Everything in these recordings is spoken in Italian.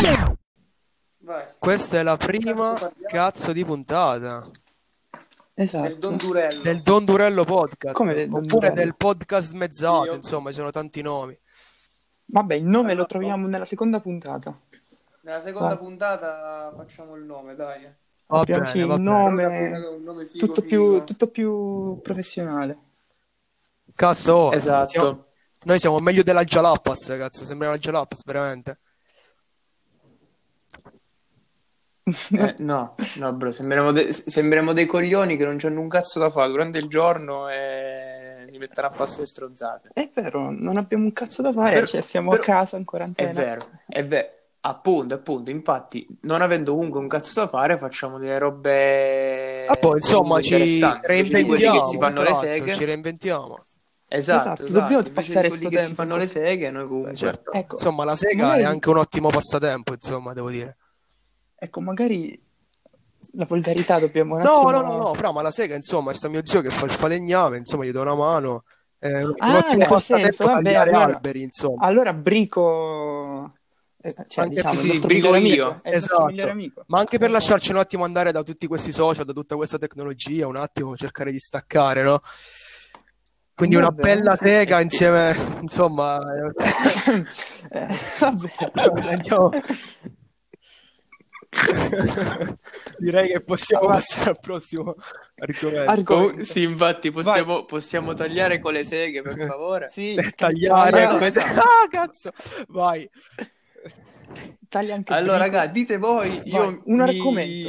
Vai. Questa è la prima cazzo di puntata Esatto. Del Don Durello. del Don Durello podcast. Come del Don Oppure Durello? del podcast mezzato, Io. insomma, ci sono tanti nomi. Vabbè, il nome lo troviamo nella seconda puntata. Nella seconda Vai. puntata facciamo il nome, dai. Va Abbiamo bene, sì, va il bene. nome, Un nome figo, tutto figo. più professionale. Cazzo, oh, Esatto. noi siamo meglio della Jalapas, cazzo, sembra la Jalapas, veramente. No, bro, sembriamo dei coglioni che non c'hanno un cazzo da fare durante il giorno e si mettono a fare ste stronzate. È vero, non abbiamo un cazzo da fare, Però- cioè stiamo però- a casa in È quarantena. vero. Appunto, infatti, non avendo comunque un cazzo da fare, facciamo delle robe Ah, poi, insomma, comunque ci interessanti. Invece di quelli reinventiamo, che si fanno le esatto, seghe. ci reinventiamo. Esatto, dobbiamo Invece passare di quelli sto che si tempo. fanno le seghe, noi comunque Beh, certo. Ecco, Insomma, la sega magari- è anche un ottimo passatempo, insomma, devo dire. Ecco, magari la volgarità dobbiamo un No, attimo... fra, ma la sega, insomma, sta mio zio che fa il falegname, insomma, gli do una mano. È un Ah, ottimo in quel passatempo senso, vabbè, tagliare allora- alberi, insomma. Allora Brico... cioè, Anche diciamo, sì, il nostro Brico migliore io. amico. È il nostro Esatto. migliore amico. Ma anche per lasciarci un attimo andare da tutti questi social, da tutta questa tecnologia, un attimo cercare di staccare, no? Quindi una Vabbè, bella sì, sega insieme, insomma, Vabbè. andiamo. Direi che possiamo passare al prossimo argomento. Sì, infatti, possiamo tagliare con le seghe, per favore. Sì, Per tagliare taglia- queste... Ah, cazzo! Vai. taglia anche Allora, Brico. raga, dite voi, Vai, un argomento.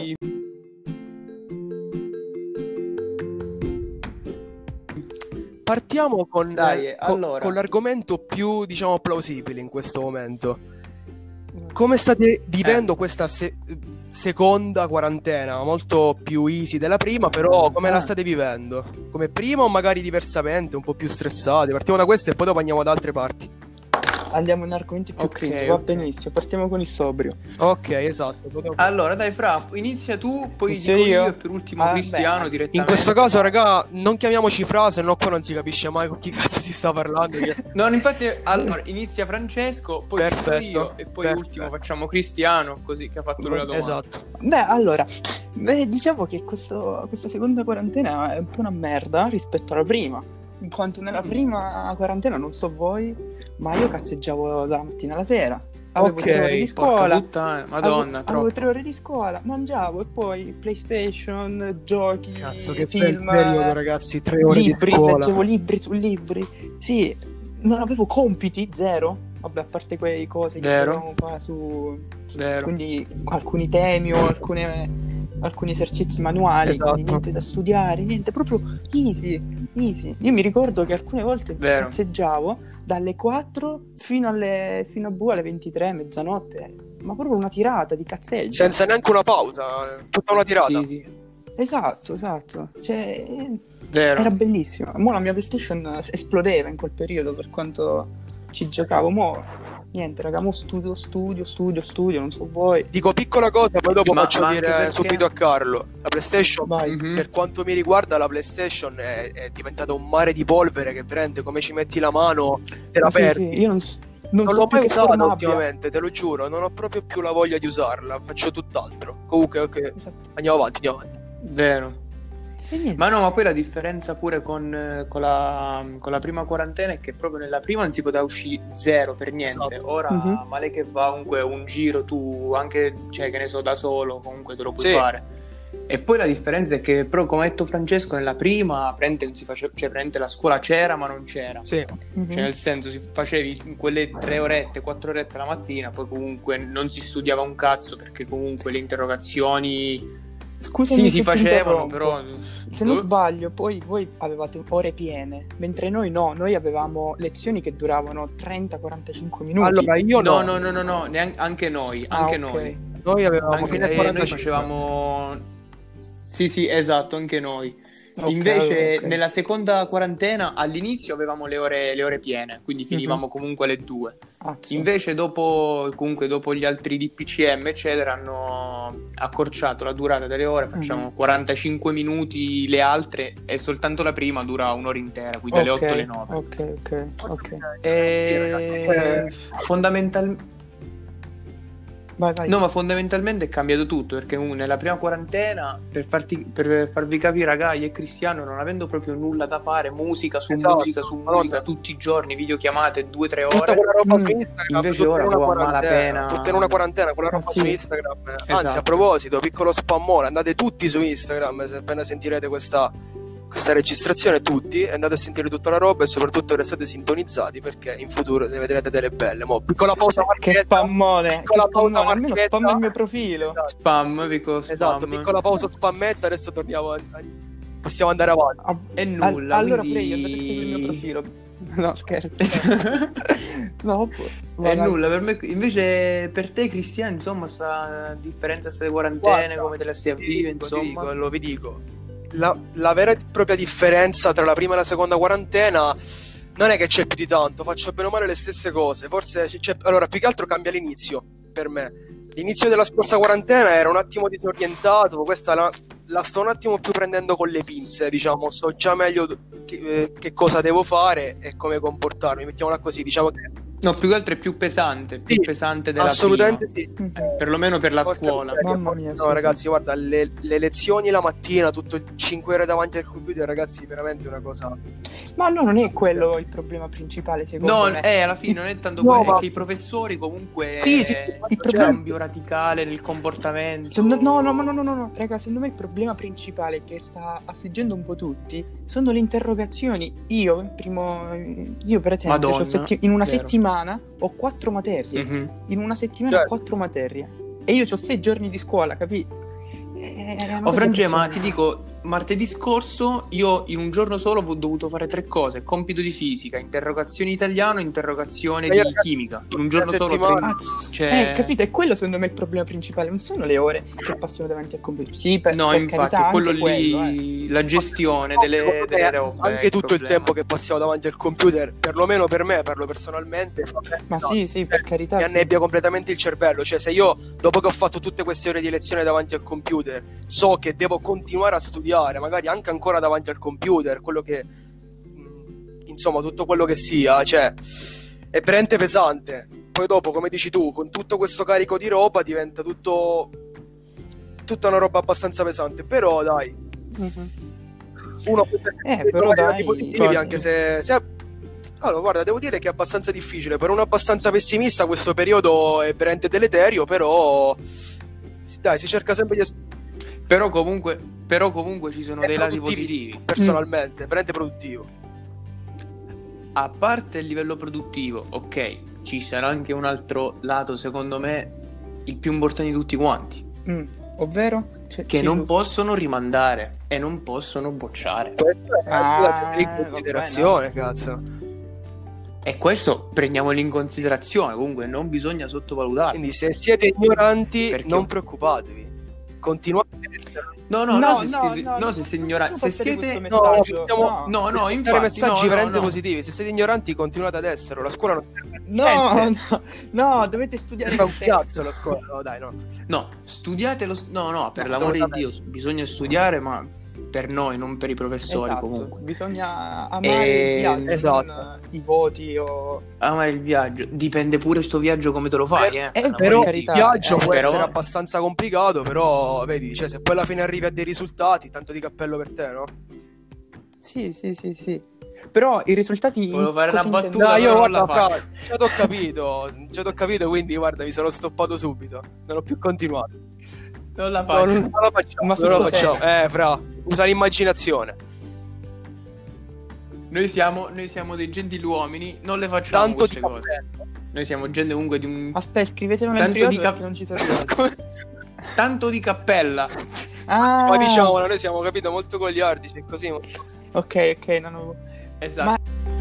Partiamo con, Dai, allora. con l'argomento più, diciamo, plausibile in questo momento. Come state vivendo questa seconda quarantena? Molto più easy della prima, però come la state vivendo? Come prima o magari diversamente, un po' più stressati? Partiamo da questa e poi dopo andiamo da altre parti. Andiamo in argomenti più Ok, critici, va ok. benissimo. Partiamo con il sobrio. Ok, esatto. Allora, dai, Fra, inizia tu, poi Inizio dico io io? e per ultimo Ah, Cristiano beh. direttamente. In questo caso, raga, non chiamiamoci frase, se no qua non si capisce mai con chi cazzo si sta parlando. No, infatti, allora, inizia Francesco, poi dico Perfetto, io e poi perfetto. ultimo facciamo Cristiano, così che ha fatto lui la domanda. Esatto. Beh, allora, diciamo che questa seconda quarantena è un po' una merda rispetto alla prima. In quanto nella prima quarantena, non so voi, ma io cazzeggiavo dalla mattina alla sera. Avevo Ok, 3 ore di Porca scuola. puttana, madonna, Avevo troppo. 3 ore di scuola, mangiavo e poi PlayStation, giochi, Cazzo, che film, bel periodo, ragazzi. 3 ore libri, di scuola. leggevo libri su libri. Sì, non avevo compiti, zero. Vabbè, a parte quelle cose che Vero. facevamo qua Vero. quindi alcuni temi o alcuni esercizi manuali, Esatto. quindi niente da studiare, niente, proprio easy. Io mi ricordo che alcune volte Vero. cazzeggiavo dalle 4 fino alle 23, mezzanotte, ma proprio una tirata di cazzeggio. Senza neanche una pausa, tutta una tirata. Sì, Esatto. Cioè, vero. era bellissimo. Mo' la mia PlayStation esplodeva in quel periodo per quanto ci giocavo. Mo' niente, raga, mo' studio, non so voi. Dico piccola cosa, poi dopo Ma faccio anche dire perché- subito a Carlo. La PlayStation, Vai. Mhm. per quanto mi riguarda, la PlayStation è diventata un mare di polvere che veramente come ci metti la mano te la Sì, perdi. sì, io non Non so l'ho più mai che forma usata abbia. ultimamente, te lo giuro, non ho proprio più la voglia di usarla, faccio tutt'altro. Comunque, ok, Esatto. andiamo avanti. Vero. E niente. Ma no, ma poi la differenza pure con la prima quarantena è che proprio nella prima non si poteva uscire zero per niente. Esatto. Ora, Mhm. male che va, comunque un giro tu anche, cioè che ne so, da solo, comunque te lo puoi Sì. fare. E poi la differenza è che, però, come ha detto Francesco, nella prima praticamente non si faceva, cioè praticamente la scuola c'era, ma non c'era. Sì, Mhm. Cioè, nel senso, facevi quelle 3 orette, 4 orette la mattina, poi comunque non si studiava un cazzo perché comunque le interrogazioni Scusami sì, se si ti facevano, interrompo. però Se non sbaglio, poi voi avevate ore piene, mentre noi no, noi avevamo lezioni che duravano 30-45 minuti. allora io no, no. no, neanche anche noi, Ah, anche ok. noi. Noi avevamo Anche fino a noi 45. facevamo sì, esatto, anche noi. Ok, Invece ok. nella seconda quarantena all'inizio avevamo le ore piene, quindi finivamo comunque alle 2. Azzo. Invece dopo gli altri DPCM eccetera hanno accorciato la durata delle ore, facciamo 45 minuti le altre e soltanto la prima dura un'ora intera, quindi dalle 8 alle 9. Ok. E fondamentalmente Vai. No, ma fondamentalmente è cambiato tutto, perché nella prima quarantena, per farvi capire, raga, io e Cristiano, non avendo proprio nulla da fare, musica su Esatto, musica su musica, tutti i giorni, videochiamate 2-3 ore. Tutta quella roba su Instagram, invece ora a malapena. Tutta in una quarantena, quella roba su Instagram. Anzi, a proposito, piccolo spammone, andate tutti su Instagram, se appena sentirete questa registrazione, tutti andate a sentire tutta la roba e soprattutto restate sintonizzati, perché in futuro ne vedrete delle belle. Piccola pausa che spammone, almeno spamma il mio profilo. Spam, piccolo spam. Esatto, piccola pausa spammetta, adesso torniamo possiamo andare avanti. E nulla, allora quindi... prego, andate a seguire il mio profilo. No, scherzo. No, è nulla per me. Invece per te, Cristiano, insomma, sta differenza queste quarantene, Guarda, come te la stai a vivere, insomma. Vi dico. La vera e propria differenza tra la prima e la seconda quarantena non è che c'è più di tanto, faccio bene o male le stesse cose. Forse allora, più che altro cambia l'inizio per me. L'inizio della scorsa quarantena era un attimo disorientato, questa la sto un attimo più prendendo con le pinze, diciamo, so già meglio che cosa devo fare e come comportarmi, mettiamola così, diciamo che... No, più che altro è più pesante, pesante della assolutamente prima. Sì. Perlomeno per la scuola. Mamma mia, no, ragazzi, guarda, le lezioni la mattina, tutto il 5 ore davanti al computer, ragazzi, veramente una cosa... Ma no, non è quello il problema principale, secondo me. Alla fine non è tanto quello, è che i professori comunque il cambio radicale nel comportamento. No, raga, secondo me il problema principale che sta affliggendo un po' tutti sono le interrogazioni. Io per esempio, Madonna, in una settimana ho 4 materie. In una settimana ho 4 materie. E io ho 6 giorni di scuola, capì? Frange, ma ti dico, martedì scorso io in un giorno solo ho dovuto fare 3 cose: compito di fisica, interrogazione italiano, interrogazione di chimica. In un giorno solo capito? E quello secondo me è il problema principale. Non sono le ore che passano davanti al computer. Sì, no, per infatti carità, quello lì, la gestione delle robe. Anche tutto il tempo che passiamo davanti al computer, perlomeno per me, parlo personalmente. Ma sì, per carità. Mi annebbia completamente il cervello. Cioè, se io, dopo che ho fatto tutte queste ore di lezione davanti al computer, so che devo continuare a studiare, magari anche ancora davanti al computer, quello che insomma, tutto quello che sia, cioè è veramente pesante. Poi dopo, come dici tu, con tutto questo carico di roba diventa tutta una roba abbastanza pesante. Però dai, uno però dai, positivi, anche se allora, guarda, devo dire che è abbastanza difficile. Per uno abbastanza pessimista questo periodo è veramente deleterio, però dai, si cerca sempre di... Però comunque ci sono dei lati positivi. Personalmente, veramente produttivo. A parte il livello produttivo, ok, ci sarà anche un altro lato, secondo me, il più importante di tutti quanti. Ovvero? Che non possono rimandare e non possono bocciare. Questa è in considerazione, cazzo. E questo prendiamolo in considerazione, comunque non bisogna sottovalutare. Quindi se siete ignoranti, non preoccupatevi. Continuate a essere... se siete ignoranti, se siete infatti messaggi veramente positivi. Se siete ignoranti, continuate ad essere. La scuola non serve. No, dovete studiare un cazzo la scuola. No, dai, no. No, studiate per l'amore di Dio, bisogna studiare, ma per noi, non per i professori. Esatto. Comunque bisogna amare il viaggio, esatto. I voti o... amare il viaggio. Dipende pure sto viaggio come te lo fai, però il viaggio può essere abbastanza complicato, però vedi, cioè, se poi alla fine arrivi a dei risultati, tanto di cappello per te, no? Sì. Però i risultati... Volevo fare una battuta, io non la faccio. Già t'ho capito, quindi guarda, mi sono stoppato subito. Non ho più continuato. Non la faccio. Non la facciamo. Fra, usa l'immaginazione. Noi siamo dei gentiluomini, non le facciamo tanto queste cose. Noi siamo gente comunque di un... Aspetta, scrivetelo nel privato perché non ci sono. Tanto di cappella. Ma diciamo, noi siamo, capito, molto goliardici, così. Ok, non... Esatto.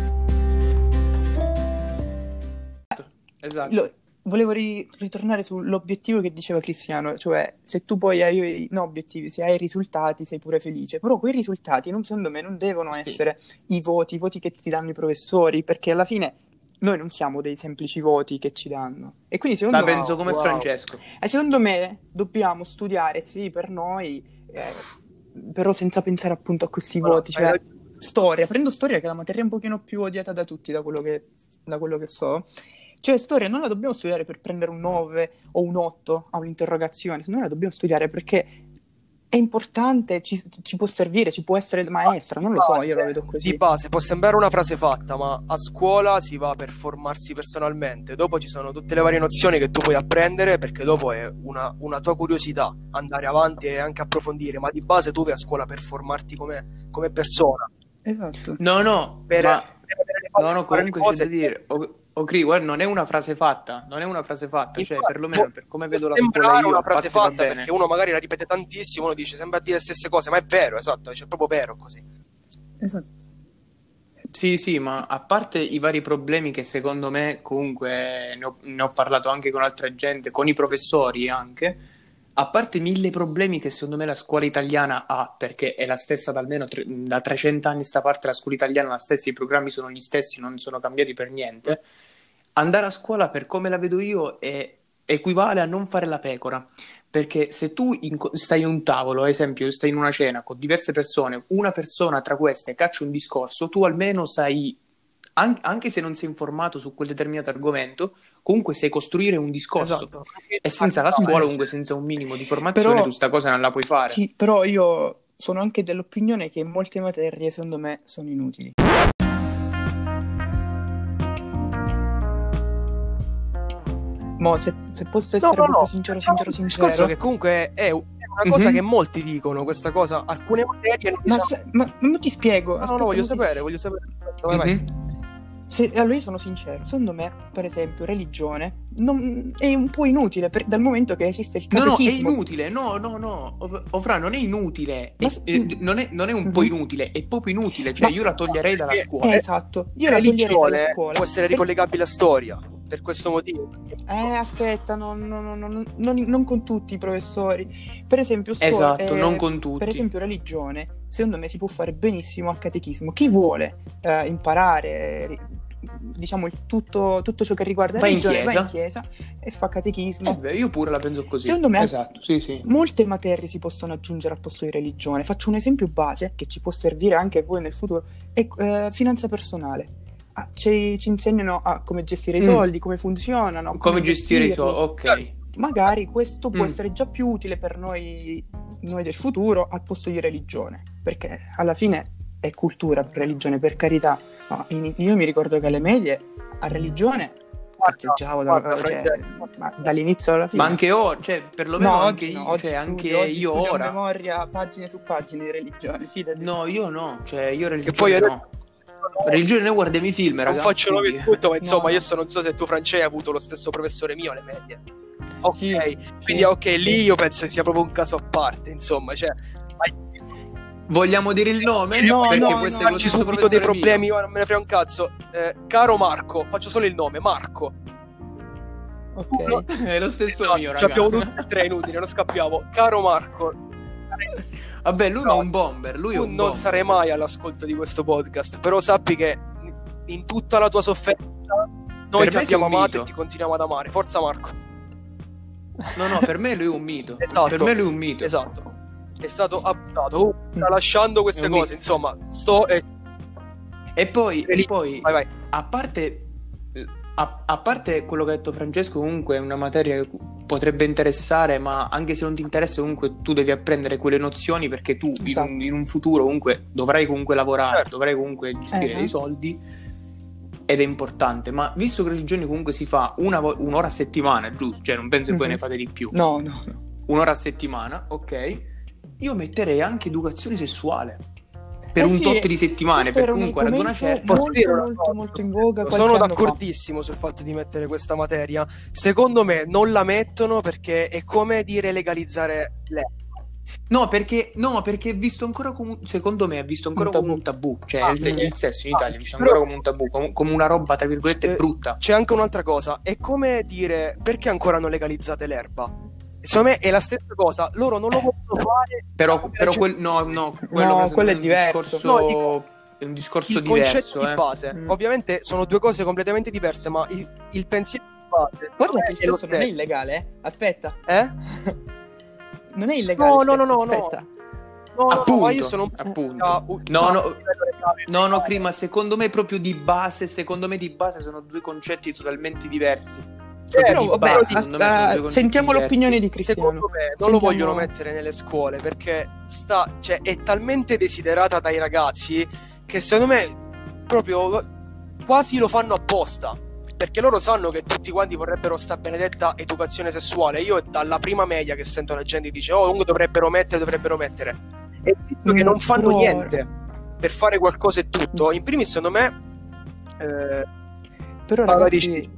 Esatto. Volevo ritornare sull'obiettivo che diceva Cristiano, cioè se tu poi hai obiettivi, se hai risultati sei pure felice, però quei risultati secondo me non devono essere i voti che ti danno i professori, perché alla fine noi non siamo dei semplici voti che ci danno. E quindi secondo me... penso come Francesco. Secondo me dobbiamo studiare, sì, per noi, però senza pensare appunto a questi voti, cioè prendo storia che è la materia un pochino più odiata da tutti, da quello che so. Cioè, storia non la dobbiamo studiare per prendere un 9 o un 8 a un'interrogazione, noi la dobbiamo studiare perché è importante, ci può servire, ci può essere maestra, non lo so, io la vedo così. Di base può sembrare una frase fatta, ma a scuola si va per formarsi personalmente. Dopo ci sono tutte le varie nozioni che tu puoi apprendere, perché dopo è una tua curiosità andare avanti e anche approfondire, ma di base tu vai a scuola per formarti come persona. Esatto. No, Per comunque c'è da dire, Cri, guarda, non è una frase fatta, cioè perlomeno per come vedo la scuola io, una a frase parte va fatta, bene. perché uno magari la ripete tantissimo, uno dice sembra dire le stesse cose, ma è vero, esatto, cioè, è proprio vero così. Esatto. Sì, ma a parte i vari problemi che secondo me comunque ne ho parlato anche con altra gente, con i professori anche, a parte 1000 problemi che secondo me la scuola italiana ha, perché è la stessa da almeno da 300 anni sta parte la scuola italiana, la stessa, i programmi sono gli stessi, non sono cambiati per niente. Andare a scuola, per come la vedo io, equivale a non fare la pecora, perché se tu stai in un tavolo, ad esempio stai in una cena con diverse persone, una persona tra queste caccia un discorso, tu almeno sai, anche se non sei informato su quel determinato argomento, comunque sai costruire un discorso. Esatto. E senza la scuola, comunque senza un minimo di formazione, Però, tu sta cosa non la puoi fare. Sì, però io sono anche dell'opinione che molte materie secondo me sono inutili. Mo, se posso essere proprio sincero. Il discorso che comunque è una cosa che molti dicono, questa cosa, alcune materie non ma ti spiego. No, voglio sapere. Vai. Allora io sono sincero, secondo me, per esempio, religione è un po' inutile dal momento che esiste il catechismo. No, è inutile, no, Fra, non è inutile, non è un po' inutile, è proprio inutile, cioè io la toglierei dalla scuola. Esatto, io la toglierei dalla scuola. Può essere ricollegabile a storia, per questo motivo. Aspetta, non con tutti i professori. Per esempio, esatto, non con tutti. Per esempio, religione, secondo me si può fare benissimo al catechismo. Chi vuole imparare, diciamo, tutto ciò che riguarda la religione, va in chiesa e fa catechismo. Io pure la penso così. Secondo me, esatto, sì. Molte materie si possono aggiungere al posto di religione. Faccio un esempio base che ci può servire anche poi nel futuro: è finanza personale. Ci insegnano a come gestire i soldi, come funzionano, come gestire i soldi, ok. Magari questo può essere già più utile per noi del futuro al posto di religione, perché alla fine è cultura, religione, per carità. No, io mi ricordo che alle medie a religione cazzeggiavo dall'inizio alla fine. Ma anche ora, cioè perlomeno anche io, oggi io ora a memoria pagine su pagine di religione, fidati. No, io no, cioè io religione no. Religione noi guardiamo i film, ragazzi. Non faccio nome in tutto, ma insomma, io non so se tu, Francesco, hai avuto lo stesso professore mio alle medie. Ok, sì, quindi lì io penso sia proprio un caso a parte, insomma, cioè. Vogliamo dire il nome? No, perché no, può essere lo stesso subito dei problemi, mio. io non me ne frega un cazzo. Caro Marco, faccio solo il nome, Marco. Ok. È lo stesso mio, ragazzi. Ci abbiamo tutti e tre inutili, non scappiamo. Caro Marco. Vabbè, lui è un bomber, non sarai mai all'ascolto di questo podcast, però sappi che in tutta la tua sofferenza noi ti abbiamo amato e ti continuiamo ad amare. Forza Marco. No, per me lui è un mito. Esatto. Per me lui è un mito. Esatto. È stato abusato. Tralasciando queste cose, insomma, E poi vai. A parte quello che ha detto Francesco, comunque è una materia che potrebbe interessare, ma anche se non ti interessa, comunque tu devi apprendere quelle nozioni, perché tu in un futuro comunque dovrai comunque lavorare, dovrai comunque gestire dei soldi, ed è importante. Ma visto che religione comunque si fa un'ora a settimana, giusto? Cioè non penso che voi ne fate di più. No. Un'ora a settimana, ok? Io metterei anche educazione sessuale per un tot di settimane, perché comunque ad una certa molto in voga. Sono d'accordissimo sul fatto di mettere questa materia. Secondo me non la mettono perché è come dire legalizzare l'erba. No, perché è visto ancora come, secondo me è visto ancora come un tabù. Cioè il sesso in Italia è visto ancora come un tabù, come una roba tra virgolette brutta. C'è anche un'altra cosa, è come dire perché ancora non legalizzate l'erba? Secondo me è la stessa cosa, loro non lo possono fare. Però quello è diverso. È un discorso il diverso. Il concetto di base, ovviamente sono due cose completamente diverse, ma il pensiero di base. Guarda che il sesso non è illegale, Aspetta. Non è illegale. No. Appunto. Io sono appunto. No. No, Crima, secondo me proprio di base sono due concetti totalmente diversi. Però, vabbè, secondo me sono due concetti sentiamo diversi. l'opinione di Cristiano. Secondo me non lo vogliono mettere nelle scuole perché è talmente desiderata dai ragazzi che secondo me proprio quasi lo fanno apposta, perché loro sanno che tutti quanti vorrebbero sta benedetta educazione sessuale. Io è dalla prima media che sento la gente dice comunque dovrebbero mettere, e visto che non fanno niente per fare qualcosa e tutto, in primis secondo me però ragazzi,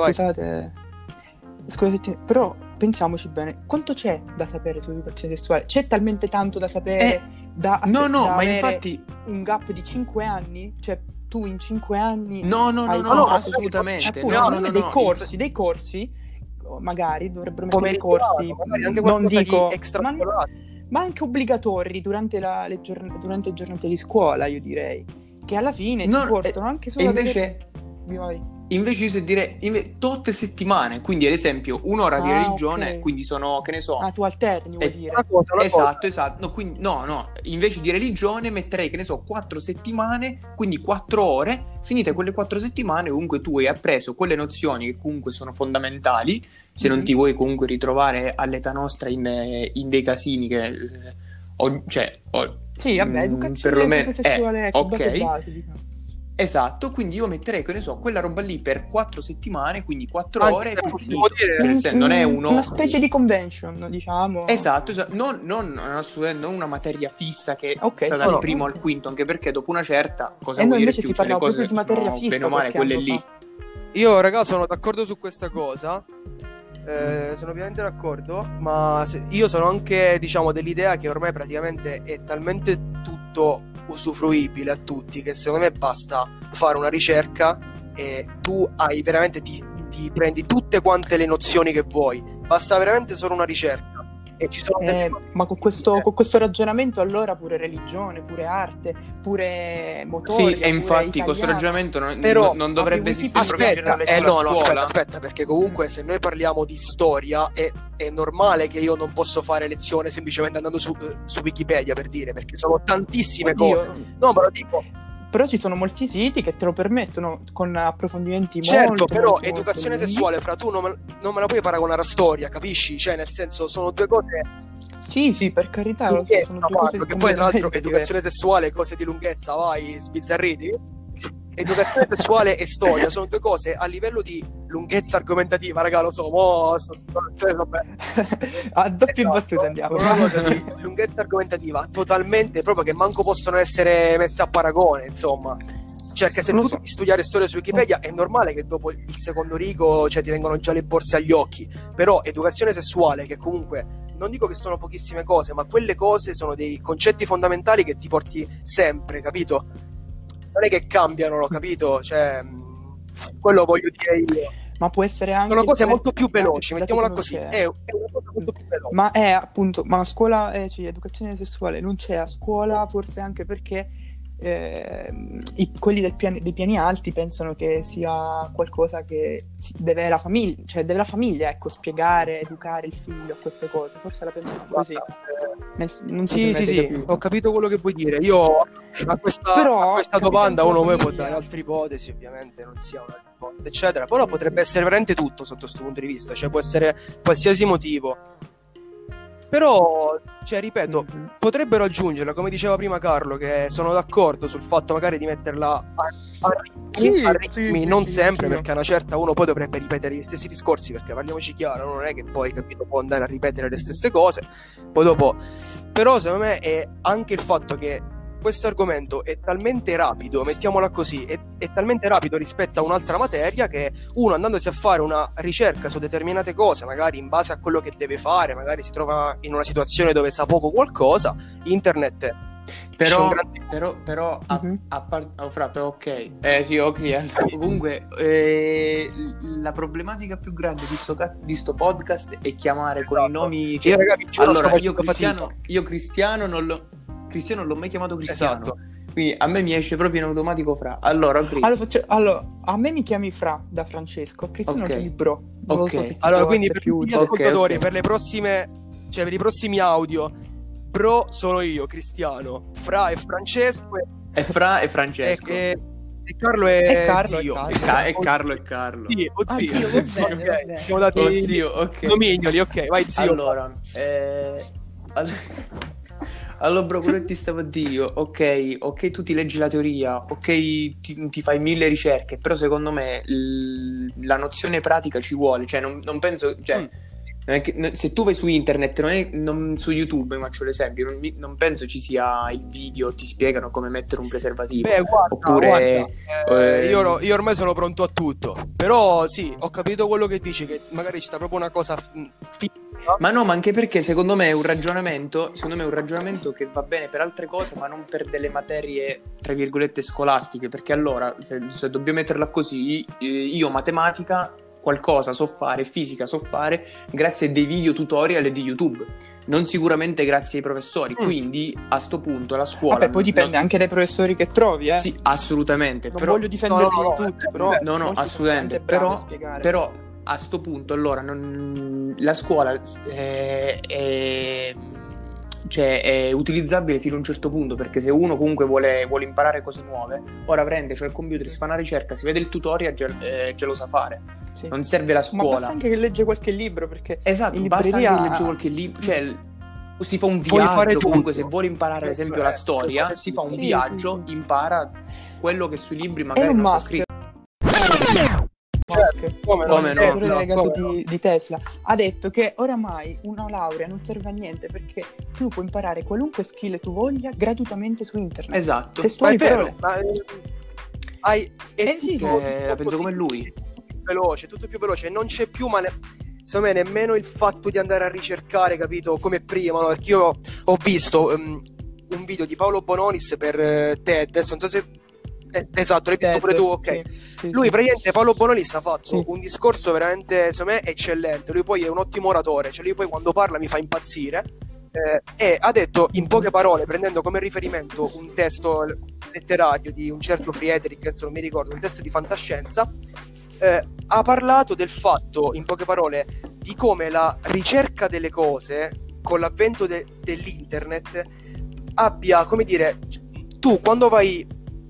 scusate, però pensiamoci bene, quanto c'è da sapere sull'educazione sessuale? C'è talmente tanto da sapere da ma infatti un gap di 5 anni? Cioè tu in 5 anni no, assolutamente dei corsi magari dovrebbero mettere dei corsi, anche non dico extrascolari, ma anche obbligatori durante le giornate di scuola, io direi, che alla fine ti portano anche solo invece se dire tutte settimane, quindi ad esempio un'ora di religione, okay. Quindi sono, che ne so, tu alterni, vuoi dire esatto, no, quindi no, invece di religione metterei, che ne so, 4 settimane, quindi 4 ore. Finite quelle 4 settimane, comunque tu hai appreso quelle nozioni che comunque sono fondamentali, se non ti vuoi comunque ritrovare all'età nostra in dei casini che sì, vabbè, educazione sessuale, ok, esatto, quindi io metterei, che ne so, quella roba lì per 4 settimane, quindi 4 ore, non è una specie di convention, diciamo. Esatto, non assolutamente una materia fissa che sta dal primo al quinto, anche perché dopo una certa cosa vuol dire invece più, si parla le cose proprio di materia fissa, bene o male quelle lì. Io ragazzi sono d'accordo su questa cosa, sono ovviamente d'accordo, ma io sono anche, diciamo, dell'idea che ormai praticamente è talmente tutto usufruibile a tutti che secondo me basta fare una ricerca e tu hai veramente ti prendi tutte quante le nozioni che vuoi, basta veramente solo una ricerca e ci sono ma con questo ragionamento allora pure religione, pure arte, pure motori, sì, e infatti questo ragionamento non dovrebbe esistere proprio in generale aspetta, perché comunque se noi parliamo di storia è normale che io non posso fare lezione semplicemente andando su Wikipedia, per dire, perché sono tantissime cose. No, ma lo dico. Però ci sono molti siti che te lo permettono con approfondimenti molto, però educazione sessuale, fra tu non me la puoi paragonare a storia, capisci? Cioè, nel senso, sono due cose. Sì, per carità, sono due cose che poi tra l'altro educazione sessuale, cose di lunghezza, vai, sbizzarriti. Educazione sessuale e storia sono due cose a livello di lunghezza argomentativa, raga, lo so, vabbè. A doppie battute andiamo. Sono una cosa di lunghezza argomentativa totalmente, proprio che manco possono essere messe a paragone, insomma. Cioè, che se tu devi studiare storia su Wikipedia è normale che dopo il secondo rigo, cioè, ti vengono già le borse agli occhi. Però educazione sessuale, che comunque non dico che sono pochissime cose, ma quelle cose sono dei concetti fondamentali che ti porti sempre, capito? Non è che cambiano, capito? Cioè, quello voglio dire io. Ma può essere anche sono cose molto più veloci, mettiamola così. È una cosa molto più veloce. Ma è appunto, ma a scuola educazione sessuale non c'è a scuola, forse anche perché quelli dei piani alti pensano che sia qualcosa che deve la famiglia, ecco, spiegare, educare il figlio a queste cose. Forse la pensano così. Sì, ho capito quello che vuoi dire. Io a questa domanda uno può dare altre ipotesi, ovviamente non sia una risposta, eccetera. Però potrebbe essere veramente tutto sotto questo punto di vista, cioè può essere qualsiasi motivo. Però, cioè, ripeto, potrebbero aggiungerla, come diceva prima Carlo, che sono d'accordo sul fatto magari di metterla a ritmi, non sempre, perché a una certa uno poi dovrebbe ripetere gli stessi discorsi, perché parliamoci chiaro, non è che poi, capito, può andare a ripetere le stesse cose, poi dopo. Però secondo me è anche il fatto che questo argomento è talmente rapido, mettiamola così, è talmente rapido rispetto a un'altra materia che uno, andandosi a fare una ricerca su determinate cose, magari in base a quello che deve fare, magari si trova in una situazione dove sa poco qualcosa, internet però ok, sì, ok. Comunque la problematica più grande di sto podcast è chiamare con i nomi, cioè, allora io Cristiano non l'ho mai chiamato Cristiano. Esatto. Quindi a me mi esce proprio in automatico Fra. Allora, a me mi chiami Fra da Francesco, Cristiano okay. chiami Bro. Non okay. lo so se allora, quindi per tutti gli ascoltatori, okay. per le prossime, cioè per i prossimi audio, Bro sono io, Cristiano, Fra e Francesco È Fra e Francesco. E Carlo è Carlo, zio. E Carlo e Carlo. Sì, o zio. zio, va Sì, bene, ok. va bene. Ci siamo dati Oh, zio, ok. nomignoli, ok, vai zio. Allora, bro, quello che ti stavo a dire, ok, tu ti leggi la teoria, ok, ti fai 1000 ricerche, però secondo me la nozione pratica ci vuole, cioè non penso, cioè, non è che, se tu vai su internet, non su YouTube, faccio l'esempio, non penso ci sia il video, ti spiegano come mettere un preservativo. Beh, guarda, Oppure io ormai sono pronto a tutto. Però sì, ho capito quello che dici, che magari ci sta proprio una cosa fisica. Ma no, ma anche perché secondo me è un ragionamento che va bene per altre cose, ma non per delle materie, tra virgolette, scolastiche. Perché allora, se dobbiamo metterla così, io matematica qualcosa so fare, fisica so fare, grazie a dei video tutorial di YouTube, non sicuramente grazie ai professori. Quindi a sto punto la scuola... Vabbè, poi dipende anche dai professori che trovi, Sì, assolutamente. Non però... voglio difenderli no, tutti, no, però... No, molti assolutamente. sono veramente bravi a spiegare. Però a sto punto allora la scuola cioè, è utilizzabile fino a un certo punto, perché se uno comunque vuole imparare cose nuove, ora prende, c'è il computer, si fa una ricerca, si vede il tutorial, già lo sa fare. Sì. Non serve la scuola. Ma basta anche che legge qualche libro, perché esatto, in basta libreria... anche che legge qualche libro, cioè si fa un Puoi fare viaggio, comunque tutto. se vuole imparare ad esempio la storia, si fa un Sì, viaggio, sì. impara quello che sui libri magari Elon non sta Musk. scritto. Come no? il creatore No, delegato come di Tesla, ha detto che oramai una laurea non serve a niente, perché tu puoi imparare qualunque skill tu voglia gratuitamente su internet. Esatto. Ma Testuali è vero, parole. sì, la penso come lui. Tutto più veloce, non c'è più, secondo me, nemmeno il fatto di andare a ricercare, capito, come prima, no? Perché io ho visto un video di Paolo Bonolis per TED, adesso non so se esatto, l'hai visto pure tu, ok. Sì, Lui sì. praticamente, Paolo Bonolis, ha fatto Sì. un discorso veramente, secondo me, eccellente. Lui poi è un ottimo oratore, cioè lui poi quando parla mi fa impazzire, e ha detto in poche parole, prendendo come riferimento un testo letterario di un certo Friedrich, adesso non mi ricordo, un testo di fantascienza, ha parlato del fatto, in poche parole, di come la ricerca delle cose con l'avvento dell'internet abbia, come dire, tu quando vai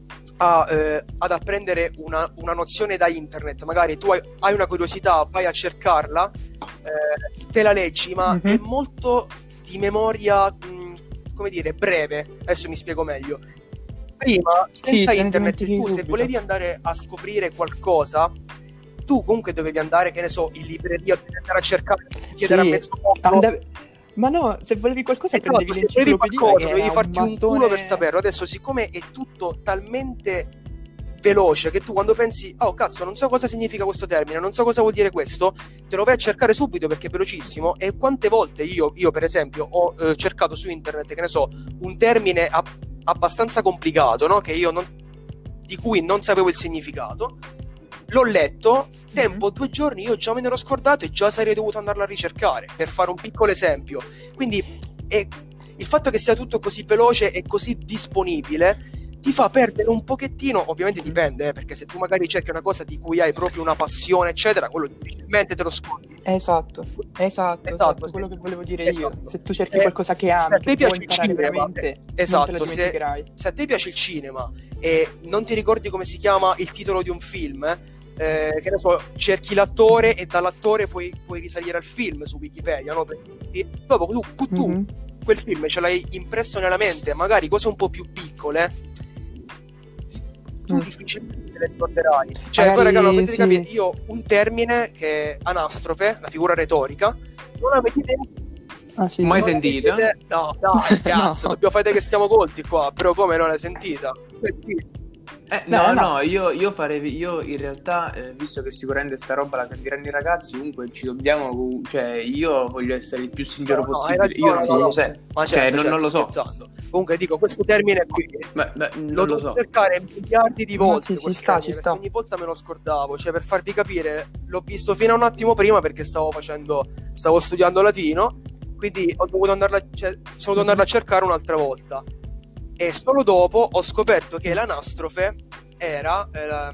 ad apprendere una nozione da internet, magari tu hai una curiosità, vai a cercarla, te la leggi, ma è molto di memoria, come dire, breve. Adesso mi spiego meglio. Prima, senza te ne internet, dimentichi tu se subito. volevi andare a scoprire qualcosa, tu comunque dovevi andare, che ne so, in libreria, dovevi andare a cercare, chiedere Sì, a mezzo mondo. Ma no, se volevi qualcosa prendevi Se volevi l'enciclopedia, qualcosa, che dovevi era farti un culo mattone- per saperlo. Adesso, siccome è tutto talmente veloce che tu quando pensi, oh cazzo, non so cosa significa questo termine, non so cosa vuol dire questo, te lo vai a cercare subito perché è velocissimo. E quante volte io per esempio ho cercato su internet, che ne so, un termine abbastanza complicato, no? Di cui non sapevo il significato, l'ho letto, tempo 2 giorni, io già me ne ero scordato e già sarei dovuto andarlo a ricercare, per fare un piccolo esempio. Quindi il fatto che sia tutto così veloce e così disponibile ti fa perdere un pochettino, ovviamente dipende, perché se tu magari cerchi una cosa di cui hai proprio una passione, eccetera, quello difficilmente te lo scordi. Esatto, Esatto, quello sì. che volevo dire io. Esatto. Se tu cerchi Se- qualcosa che se a ami, te che piace vuoi il imparare cinema, veramente, non te esatto, la dimenticherai. se a te piace il cinema e non ti ricordi come si chiama il titolo di un film, che ne so, cerchi l'attore e dall'attore puoi risalire al film su Wikipedia, no? Dopo tu Mhm. quel film ce l'hai impresso nella mente, magari cose un po' più piccole, tu difficilmente te le ricorderai. Cioè, Magari, guarda, no, potete sì. capire, io un termine che è anastrofe, la figura retorica, non avete idea. Ah, sì. Mai Non sentita? avete idea. No, dai, cazzo, No. dobbiamo fare che stiamo colti qua, però come non l'hai sentita? No, io in realtà, visto che sicuramente sta roba la sentiranno i ragazzi, comunque ci dobbiamo, cioè io voglio essere il più sincero possibile, hai io non ragione, lo so, ma cioè certo, non lo so, scherzando. Comunque dico, questo termine qui ma lo non lo devo so. cercare miliardi di Ma volte, sì, questo sta, termine, ci perché sta. ogni volta me lo scordavo, cioè per farvi capire, l'ho visto fino a un attimo prima perché stavo studiando latino, quindi sono dovuto andarla a cercare un'altra volta, e solo dopo ho scoperto che l'anastrofe era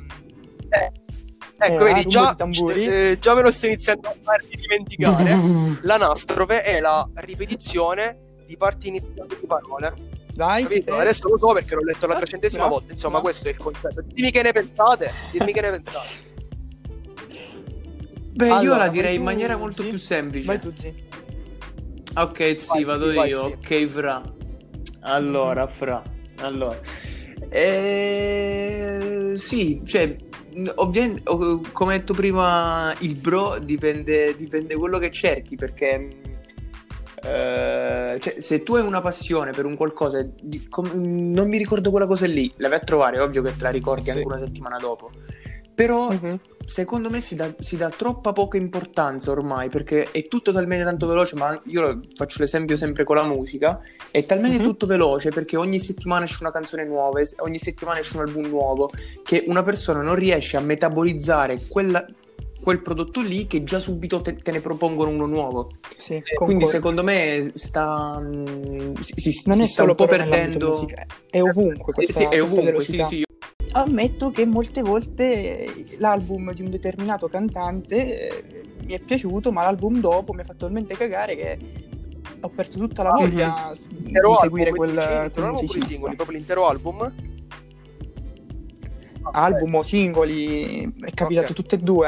ecco, vedi, rumbo già, di tamburi. già me lo sto iniziando a far dimenticare. L'anastrofe è la ripetizione di parti iniziali di parole. Dai, ci sei? Adesso lo so perché l'ho letto la 300ª bravo, volta. Insomma, bravo. questo è il concetto. Dimmi che ne pensate. Dimmi che ne pensate. Beh, io Allora, la vai direi in tu, maniera molto Zi? più semplice. Vai tu, Zi. Ok, sì, Vai, vado vai, io. sì. Ok, Fra. Allora. Sì, cioè, ovviamente, come detto prima, il bro dipende quello che cerchi, perché cioè, se tu hai una passione per un qualcosa, non mi ricordo quella cosa lì, la vai a trovare, è ovvio che te la ricordi Sì. anche una settimana dopo. Però Mhm. secondo me si dà troppa poca importanza ormai, perché è tutto talmente tanto veloce, ma io faccio l'esempio sempre con la musica, è talmente Mhm. tutto veloce perché ogni settimana esce una canzone nuova, ogni settimana esce un album nuovo, che una persona non riesce a metabolizzare quel prodotto lì, che già subito te ne propongono uno nuovo. Sì, Quindi concordo. secondo me si Non è sta un solo po' però nell'ambito perdendo. musicale, è ovunque Sì, questa, sì, è questa ovunque, velocità. sì. Ammetto che molte volte l'album di un determinato cantante mi è piaciuto, ma l'album dopo mi ha fatto talmente cagare che ho perso tutta la voglia di seguire quel l'intero album pure i musicista. singoli, proprio l'intero album. Album o singoli, è capitato Ok. tutte e due.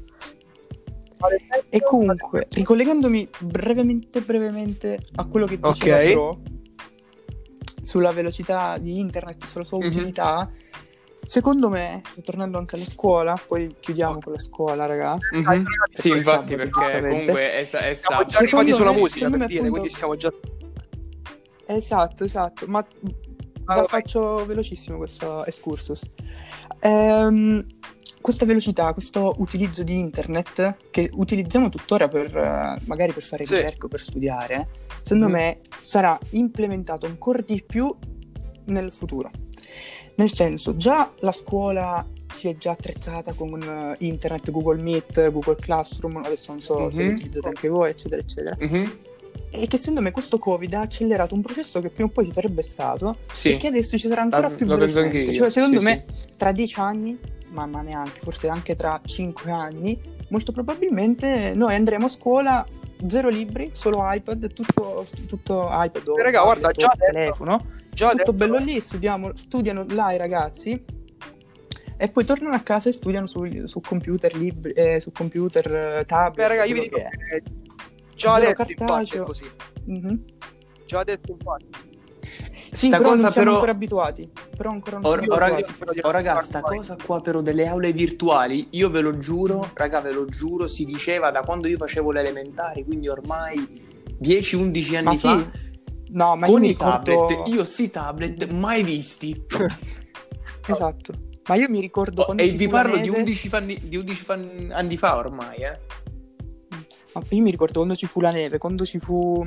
E comunque, ricollegandomi brevemente a quello che diceva Ok. Pro sulla velocità di internet, sulla sua Mhm. utilità, secondo me, tornando anche alla scuola, poi chiudiamo con la scuola, raga. Mhm. Sì, poi infatti, sabato, perché giustamente. comunque è Siamo sabato. già arrivati Secondo sulla me- musica, secondo per me, dire, appunto- quindi siamo già... Esatto, ma Vai. faccio velocissimo questo excursus. Questa velocità, questo utilizzo di internet che utilizziamo tuttora per magari per fare Sì. ricerche o per studiare, secondo Mhm. me sarà implementato ancora di più nel futuro. Nel senso, già la scuola si è già attrezzata con internet, Google Meet, Google Classroom, adesso non so se lo Mhm. utilizzate anche voi, eccetera, eccetera. Mhm. E che secondo me questo Covid ha accelerato un processo che prima o poi ci sarebbe stato Sì. e che adesso ci sarà ancora più Lo penso velocemente. anche io. Cioè, secondo Sì, me, tra 10 anni, ma neanche, forse anche tra 5 anni, molto probabilmente noi andremo a scuola, zero libri, solo iPad, tutto iPad o Raga, guarda, tablet già o adesso- telefono, Già tutto adesso- bello lì, studiano là i ragazzi e poi tornano a casa e studiano su computer, tablet. Beh, raga, io vi quello dico che è. che già Zero adesso infatti è cartaceo. così. Mhm. Già adesso infatti. Sì, Sta però cosa non siamo però- ancora abituati. Però ancora non siamo Raga, abituati. raga, sta cosa qua però delle aule virtuali, io ve lo giuro, raga, ve lo giuro, si diceva da quando io facevo le elementari, quindi ormai 10-11 anni Ma fa, sì, no, ma io con mi i ricordo... tablet, io sti tablet mai visti. Esatto. Ma io mi ricordo quando E ci vi fu la parlo di neve- 11 anni fa ormai, Ma io mi ricordo quando ci fu la neve, quando ci fu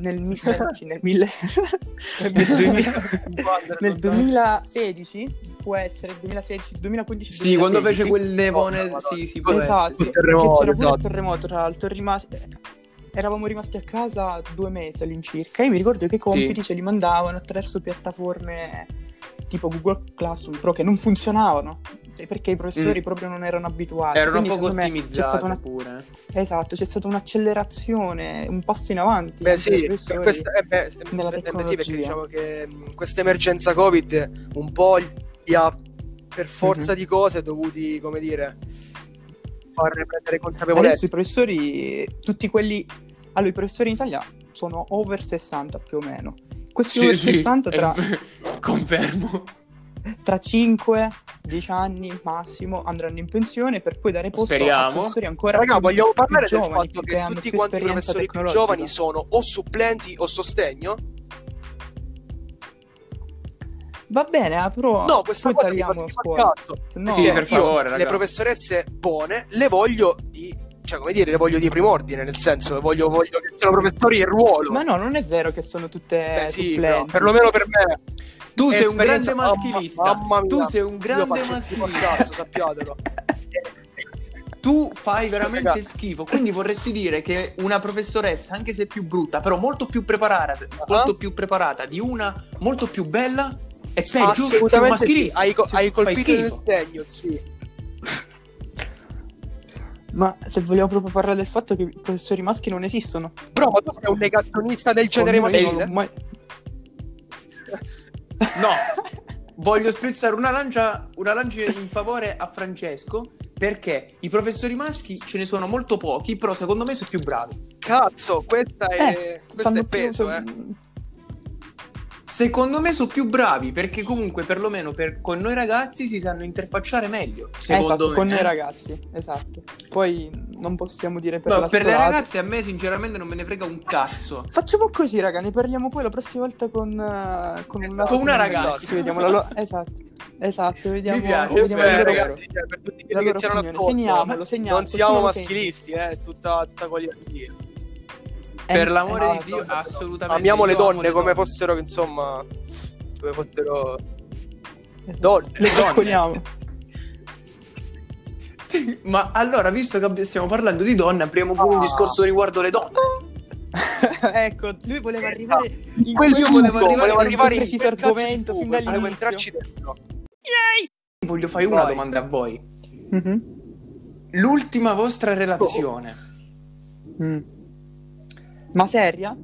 nel 2016, può essere il 2016, 2015, Sì, quando 2016. fece quel nevone, Oh, sì, può Esatto, essere, sì. Il terremoto, che c'era pure esatto. il terremoto, tra l'altro, eravamo rimasti a casa 2 mesi all'incirca. Io mi ricordo che i compiti ce li mandavano attraverso piattaforme tipo Google Classroom, però che non funzionavano, perché i professori proprio non erano abituati. Erano Quindi, poco secondo me, c'è stata ottimizzate una... pure. Esatto, c'è stata un'accelerazione, un passo in avanti. Beh anche sì, dei per professori questa, nella sì, perché tecnologia. diciamo che questa emergenza Covid un po' gli ha per forza di cose dovuti, come dire, farne prendere Adesso consapevolezza. i professori, tutti quelli... Allora, i professori in Italia sono over 60 più o meno. Questi over 60 confermo. tra 5-10 anni massimo andranno in pensione per poi dare posto Speriamo. a professori ancora Raga, più vogliamo parlare del giovani, fatto che che hanno tutti più quanti i esperienza professori più tecnologica. giovani sono o supplenti o sostegno? Va bene, però No, questa poi cosa mi fa tagliamo schifo scuola. al cazzo. Se no, Sì, Io per favore, le raga. professoresse buone le voglio di, cioè come dire, le voglio di prim'ordine, nel senso voglio che siano professori in ruolo. Ma no, non è vero che sono tutte Beh, sì, supplenti. però, perlomeno per me. Tu sei un grande Esperienza- maschilista. Mamma mia. Tu sei un Io grande faccio schifo al maschilista. cazzo, sappiatelo. Tu fai veramente Raga. schifo. Quindi vorresti dire che una professoressa, anche se più brutta, però molto più preparata di una molto più bella, è peggio? Sei un Assolutamente sì. maschilista. Hai Fai colpito nel schifo. segno, sì. Ma se vogliamo proprio parlare del fatto che i professori maschi non esistono. Bro, ma tu sei un negazionista del genere Almeno io maschile? non l'ho mai- voglio spezzare una lancia in favore a Francesco, perché i professori maschi ce ne sono molto pochi, però secondo me sono più bravi. Cazzo, questo è peso, Secondo me sono più bravi, perché comunque perlomeno con noi ragazzi si sanno interfacciare meglio, secondo me. Con noi ragazzi, esatto. Poi non possiamo dire per No, per le lato. ragazze a me sinceramente non me ne frega un cazzo. Facciamo così, raga, ne parliamo poi la prossima volta con una ragazza. Vediamo esatto, vediamo. Mi piace, vediamo beh, ragazzi, per tutti quelli che c'erano attorno. Segniamolo. Non siamo maschilisti, tutta goliardia. Per l'amore di Dio, assolutamente. Amiamo le donne come fossero, insomma, come fossero donne. Le coccoliamo. Ma allora, visto che stiamo parlando di donne, apriamo pure un discorso riguardo le donne. Ecco, lui voleva arrivare in quel volevo arrivare in preciso argomento fin volevo dall'inizio. entrarci dentro. Voglio fare una domanda a voi. Mm-hmm. L'ultima vostra relazione. Ma seria?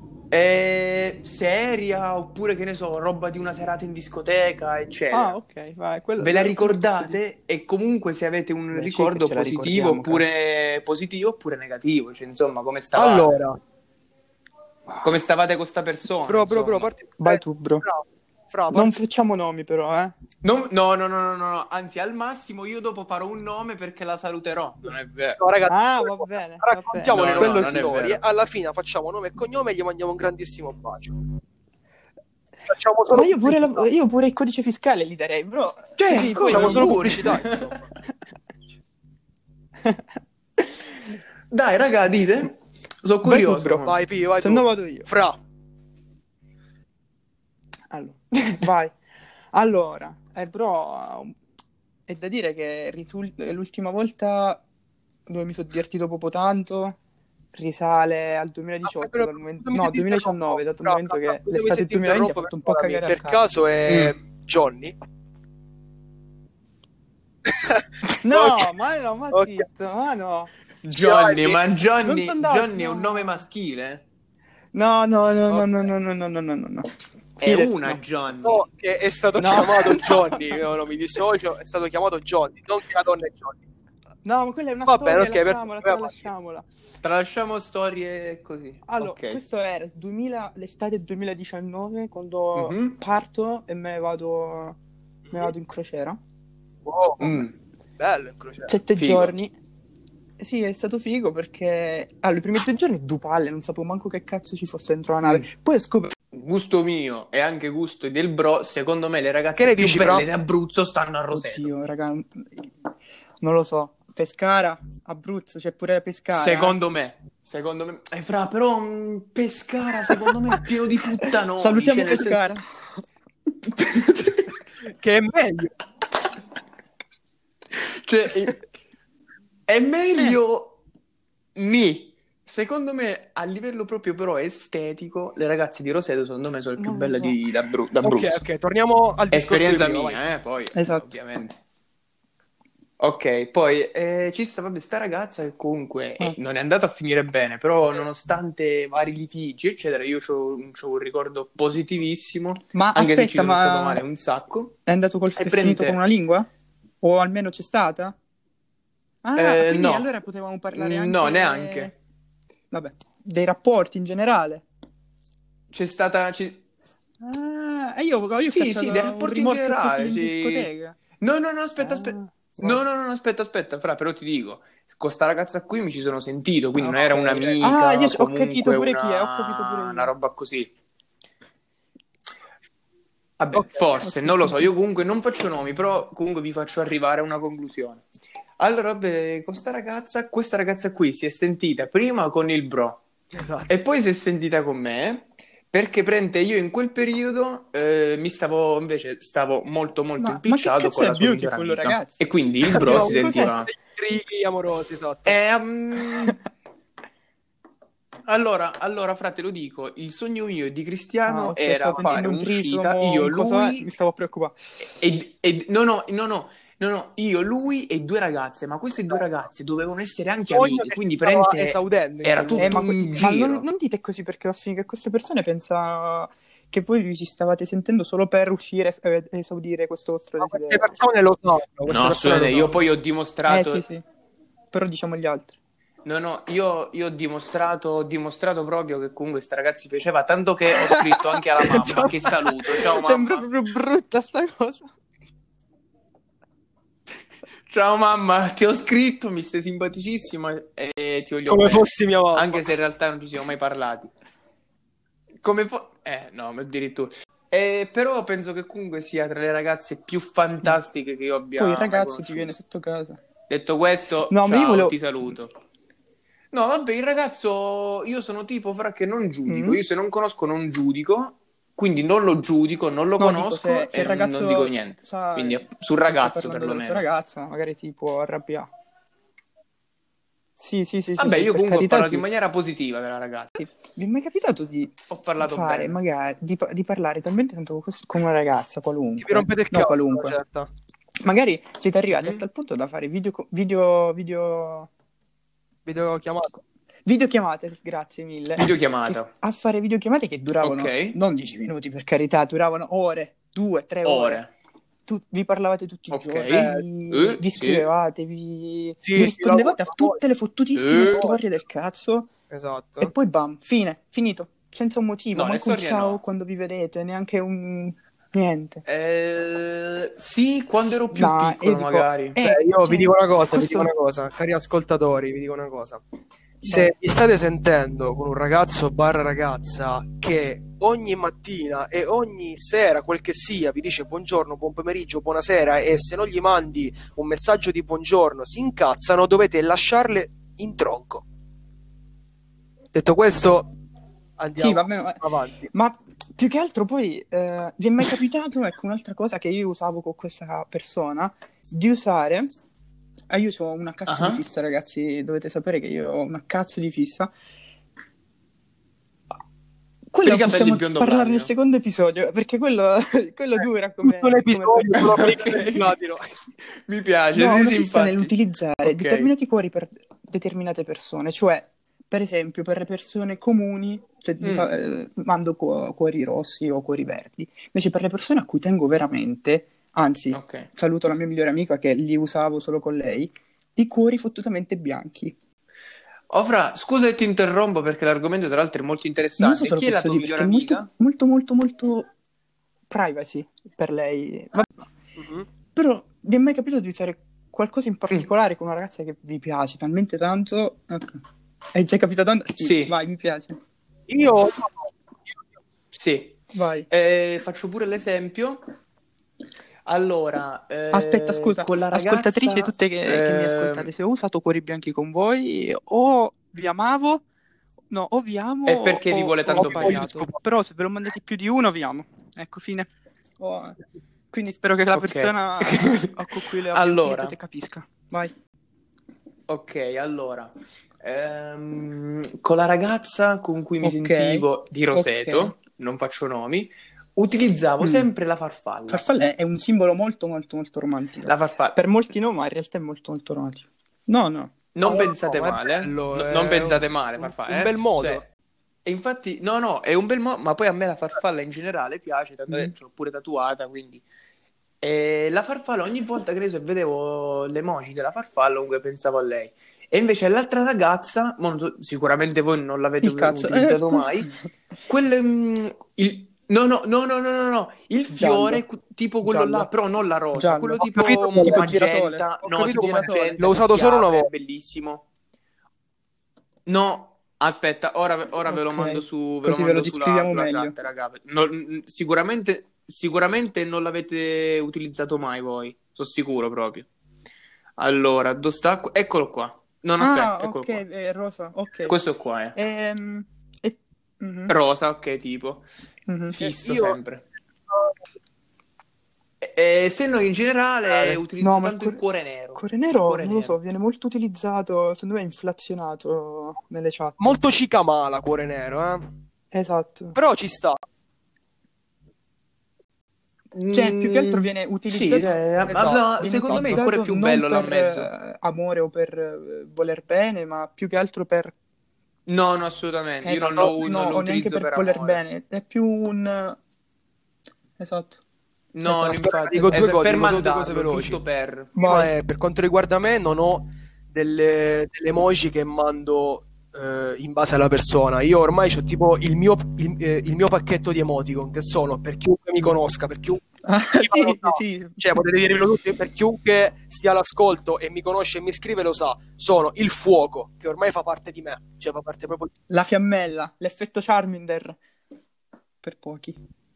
Seria, oppure che ne so, roba di una serata in discoteca, eccetera. Ah, ok, vai. Ve la ricordate? E comunque se avete un ricordo positivo oppure positivo oppure negativo, cioè insomma come stavate? Allora, come stavate con sta persona? bro, parti. Vai tu, bro. Non facciamo nomi però, No, anzi al massimo io dopo farò un nome perché la saluterò. Non è vero. No, ragazzi, va bene. raccontiamo le No, nostre non è storie. vero. Alla fine facciamo nome e cognome e gli mandiamo un grandissimo bacio. Facciamo solo Ma io pure il codice fiscale li darei, bro. Cioè, Sì, facciamo poi solo pure. pubblicità, insomma. Dai, raga, dite. Sono Vai tu, curioso. bro. Vai, Pio, vai Se tu. no vado io. Fra. Allora, vai. Allora, bro, è da dire che l'ultima volta dove mi sono divertito proprio tanto risale al 2018, però, dal momento, no, 2019, dato il momento che l'estate del 2020 ha fatto un po' cagare per al caso è Johnny? No, Ok. ma Ok. zitto, ma no. Johnny, ma Non Johnny so andato, è un no. nome maschile? No. È Fidati, una no. Johnny. No, che è stato No. chiamato Johnny, io non mi dissocio, è stato chiamato Johnny, non che la donna è Johnny. No, ma quella è una Va bene, storia, ok, lasciamola. Tralasciamo storie così. Allora, Ok. questo era l'estate 2019, quando Mhm. parto e me ne vado in crociera. Wow, Mm. bello il crociera. 7 Figo. giorni. Sì, è stato figo perché i primi 2 giorni due palle, non sapevo manco che cazzo ci fosse dentro la nave. Poi ho scoperto. Gusto mio e anche gusto del bro, secondo me le ragazze Che ne più dici, belle Fra? d'Abruzzo stanno a Roseto. Oddio, raga, non lo so. Pescara, Abruzzo, c'è pure Pescara. Secondo me. Fra, però Pescara secondo me è pieno di puttanoni. Salutiamo cioè, nel Pescara. Che è meglio. Cioè, è meglio secondo me a livello proprio però estetico le ragazze di Roseto secondo me sono le più Non belle lo so. d'Abruzzo. Ok, torniamo al discorso Esperienza di prima, vai. mia, poi Esatto. ovviamente. Ok, poi ci sta, vabbè, sta ragazza che comunque non è andata a finire bene, però nonostante vari litigi, eccetera, io c'ho un ricordo positivissimo, Ma anche se aspetta, ci sono stato male un sacco. è andato col E finito con una lingua? O almeno c'è stata? Ah, quindi no. allora potevamo parlare anche... No, neanche. Vabbè, dei rapporti in generale. C'è stata... Ah, io ho Sì, cacciato sì, dei rapporti in un rimorchio generale, così sì. in discoteca. No, aspetta. Ah. No, aspetta, Fra, però ti dico, con sta ragazza qui mi ci sono sentito, quindi non Ok. era un'amica, Ah, io ho comunque capito pure chi è, ho capito pure io. una roba così. Vabbè, Ok, forse, ok, non lo sì. so, io comunque non faccio nomi, però comunque vi faccio arrivare a una conclusione. Allora, vabbè, con questa ragazza qui si è sentita prima con il bro Esatto. e poi si è sentita con me, perché prende io in quel periodo stavo molto Ma impicciato che cazzo con la è sua Beautiful, migliore amica. ragazzi? E quindi il bro No, si cos'è? sentiva... Grighi amorosi, esatto. Allora, fra, te lo dico, il sogno mio e di Cristiano ok, era stavo fare pensando un un'uscita, trisomo, io, un cosa, lui mi stavo preoccupando. no, io, lui e due ragazze, ma queste due ragazze dovevano essere anche Sogno amiche, che quindi si stava praticamente esaudendo in era quel tutto momento. un Ma giro. non dite così perché va a finire che queste persone pensano che voi vi ci stavate sentendo solo per uscire e esaudire questo vostro Ma queste desiderio. persone lo sanno. Queste No, persone lo assolutamente, io sanno. poi ho dimostrato... Sì, sì. Però diciamo gli altri. No, io ho dimostrato proprio che comunque sta ragazza piaceva, tanto che ho scritto anche alla mamma, Ciao, che saluto, ciao Sembra mamma, proprio brutta sta cosa. ciao mamma, ti ho scritto, mi stai simpaticissima e ti voglio Come bene, fossi mia mamma. anche se in realtà non ci siamo mai parlati. No, ma addirittura. Però penso che comunque sia tra le ragazze più fantastiche che io abbia Poi il mai ragazzo ti conosciuto. viene sotto casa. Detto questo, No, ma io ciao, volevo... ti saluto. No, vabbè, il ragazzo, io sono tipo fra che non giudico, Mm. io se non conosco non giudico, quindi non lo giudico, non lo No, dico, conosco se e il ragazzo non dico niente. sa Quindi sul che ragazzo stai parlando della sua perlomeno. ragazza, magari ti può arrabbiare. Sì, Vabbè, io per comunque ho carità, parlato sì. in maniera positiva della ragazza. Vi è mai capitato di Ho parlato fare, bene. magari, di parlare talmente tanto con una ragazza Che vi qualunque, rompete il no, cazzo, qualunque, certa. magari siete arrivati a Mhm. tal punto da fare videochiamate, grazie mille, Videochiamata. a fare videochiamate che duravano, Ok. non 10 minuti per carità, duravano ore, 2, 3 ore. Ore. Vi parlavate tutti i Ok. giorni, vi Sì. scrivevate, vi Sì, rispondevate a sì, tutte le fottutissime Sì. storie del cazzo Esatto. e poi bam, finito, senza un motivo, No, le manco un storie ciao no. quando vi vedete, neanche un niente. Sì, quando ero più No, piccolo io dico, magari. Io vi dico una cosa, questo- cari ascoltatori, vi dico una cosa. Se vi state sentendo con un ragazzo barra ragazza che ogni mattina e ogni sera, quel che sia, vi dice buongiorno, buon pomeriggio, buonasera e se non gli mandi un messaggio di buongiorno si incazzano, dovete lasciarle in tronco. Detto questo, andiamo Sì, vabbè, avanti. ma più che altro poi vi è mai capitato, ecco un'altra cosa che io usavo con questa persona, di usare, io ho una cazzo di fissa, ragazzi, dovete sapere che io ho una cazzo di fissa. Quello Per i capelli possiamo biondo parlare platino. nel secondo episodio, perché quello dura come... Tutto l'episodio come- solo per i capelli platino. Mi piace, No, sì, una sì, fissa infatti. nell'utilizzare Ok. determinati cuori per determinate persone, cioè per esempio per le persone comuni se mando cuori rossi o cuori verdi, invece per le persone a cui tengo veramente, anzi Ok. saluto la mia migliore amica che li usavo solo con lei, i cuori fottutamente bianchi. Ofra, scusa se ti interrompo perché l'argomento tra l'altro è molto Non interessante. so se lo Chi è la posso tua dire migliore perché è amica? molto privacy per lei. Mhm. Però vi è mai capitato di usare qualcosa in particolare con una ragazza che vi piace talmente tanto? Ok. È già capitato? Sì. Vai, mi piace. Io Sì. Vai. Faccio pure l'esempio. Allora, Aspetta, scusa, con la ragazza, ascoltatrici tutte che mi ascoltate, se ho usato cuori bianchi con voi, o vi amavo, no, o vi amo, È perché vi o vuole ho tanto sbagliato. bene. Però se ve lo mandate più di uno, vi amo. Ecco, fine. Quindi spero che la Ok. persona con cui le Allora. te capisca. Vai. Ok, allora, con la ragazza con cui mi Ok. sentivo di Roseto, Ok. non faccio nomi, utilizzavo sempre la farfalla. Farfalla è un simbolo molto romantico. La farfalla. Per molti no, ma in realtà è molto romantico. No. Non No, pensate ma è male, bello, No, è non pensate male, un farfalla. bel modo. Cioè, e infatti, no, è un bel modo, ma poi a me la farfalla in generale piace, tanto che ce l'ho pure tatuata, quindi... E la farfalla, ogni volta che vedevo l'emoji della farfalla, comunque pensavo a lei. E invece l'altra ragazza, sicuramente voi non l'avete Il cazzo. utilizzato Scusa. mai, no, il fiore tipo quello Giallo. là, però non la rosa, Giallo. quello Ho tipo capito come- tipo girasole. magenta, Ho no, capito tipo girasole. magenta, L'ho che usato si solo una apre, è volta. bellissimo. No, aspetta, ora ve lo Ok. mando su, Così ve lo sulla descriviamo meglio. chat, raga. Sicuramente non l'avete utilizzato mai voi, sono sicuro proprio. Allora, dove sta? Eccolo qua. Non aspetta, eccolo ok, qua. rosa, ok. Questo qua è Mhm. rosa, ok, tipo Mhm. fisso Io- sempre. Se no in generale utilizzo No, ma tanto il cuore nero. Cuore nero, Cuore non lo nero. so, viene molto utilizzato, secondo me è inflazionato nelle chat. Molto cicamala, cuore nero, Esatto. però ci sta. Cioè, più che altro viene Sì, utilizzato. esatto. no, Viene secondo me il utilizzato cuore è più non bello là in per mezzo. amore o per voler bene, ma più che altro per No, assolutamente. Io esatto, non lo no, o neanche utilizzo per per voler amore. bene, è più un esatto. No, Aspetta, infatti, dico due cose, per dico solo due mandarlo, cose veloci. giusto per... Vai. Per quanto riguarda me, non ho delle emoji che mando in base alla persona. Io ormai ho tipo il mio pacchetto di emoticon, che sono per chiunque mi conosca, per chiunque Sì. cioè potete dirvelo tutti, per chiunque stia all'ascolto e mi conosce e mi scrive lo sa, sono il fuoco, che ormai fa parte di me, cioè fa parte proprio di La fiammella, l'effetto Charmander. Per pochi.